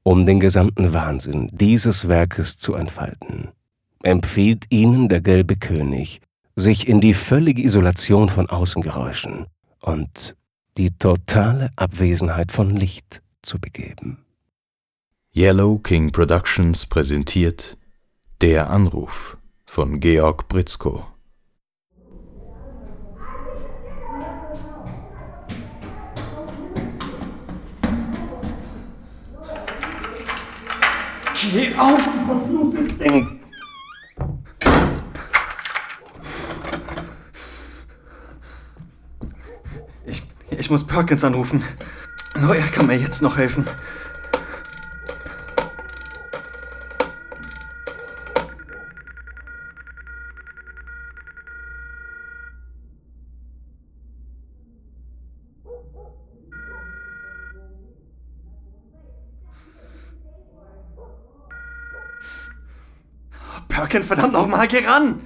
um den gesamten Wahnsinn dieses Werkes zu entfalten, empfiehlt ihnen der gelbe König, sich in die völlige Isolation von Außengeräuschen und die totale Abwesenheit von Licht zu begeben. Yellow King Productions präsentiert Der Anruf von Georg Britzko. Geh auf, verfluchtes Ding! Ich muss Perkins anrufen. Nur er kann mir jetzt noch helfen. Perkins, verdammt nochmal, geh ran!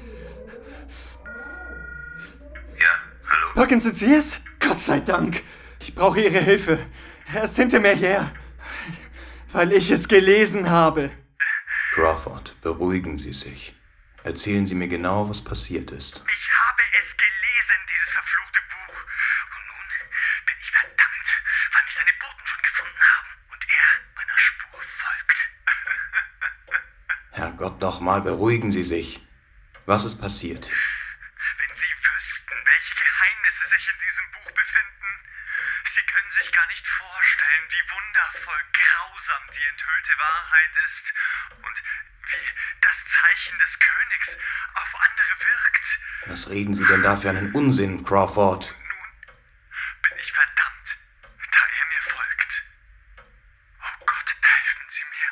Ja, hallo? Perkins, sind Sie es? Gott sei Dank. Ich brauche Ihre Hilfe. Er ist hinter mir her. Weil ich es gelesen habe. Crawford, beruhigen Sie sich. Erzählen Sie mir genau, was passiert ist. Ich habe es gelesen, dieses verfluchte Buch. Und nun bin ich verdammt, weil mich seine Boten schon gefunden haben und er meiner Spur folgt. Herrgott, nochmal, beruhigen Sie sich. Was ist passiert? Wenn Sie wüssten, welche Geheimnisse sich in diesem Buch befinden. Sie können sich gar nicht vorstellen, wie wundervoll grausam die enthüllte Wahrheit ist und wie das Zeichen des Königs auf andere wirkt. Was reden Sie denn da für einen Unsinn, Crawford? Nun bin ich verdammt, da er mir folgt. Oh Gott, helfen Sie mir.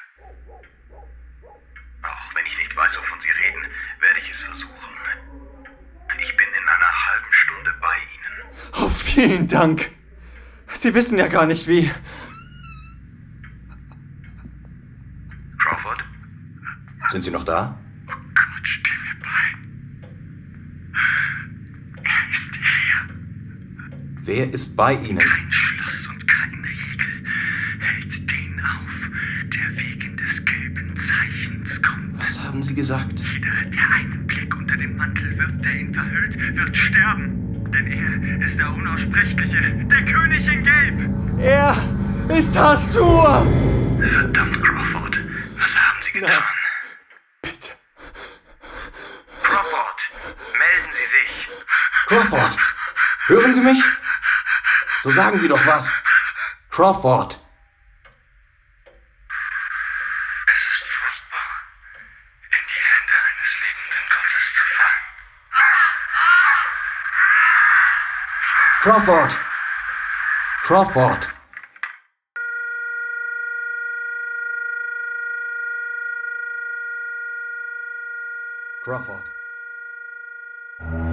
Auch wenn ich nicht weiß, wovon Sie reden, werde ich es versuchen. Ich bin in einer halben Stunde bei Ihnen. Oh, vielen Dank. Sie wissen ja gar nicht wie. Crawford? Sind Sie noch da? Oh Gott, steh mir bei. Er ist hier. Wer ist bei Ihnen? Kein Schloss und kein Riegel hält den auf, der wegen des gelben Zeichens kommt. Was haben Sie gesagt? Jeder, der einen Blick unter den Mantel wirft, der ihn verhüllt, wird sterben. Denn er ist der Unaussprechliche, der König in Gelb. Er ist Hastur! Verdammt, Crawford. Was haben Sie getan? Nein. Bitte. Crawford, melden Sie sich. Crawford! Hören Sie mich? So sagen Sie doch was. Crawford! Es ist furchtbar, in die Hände eines liebenden Gottes zu fallen. Crawford! Crawford! Crawford!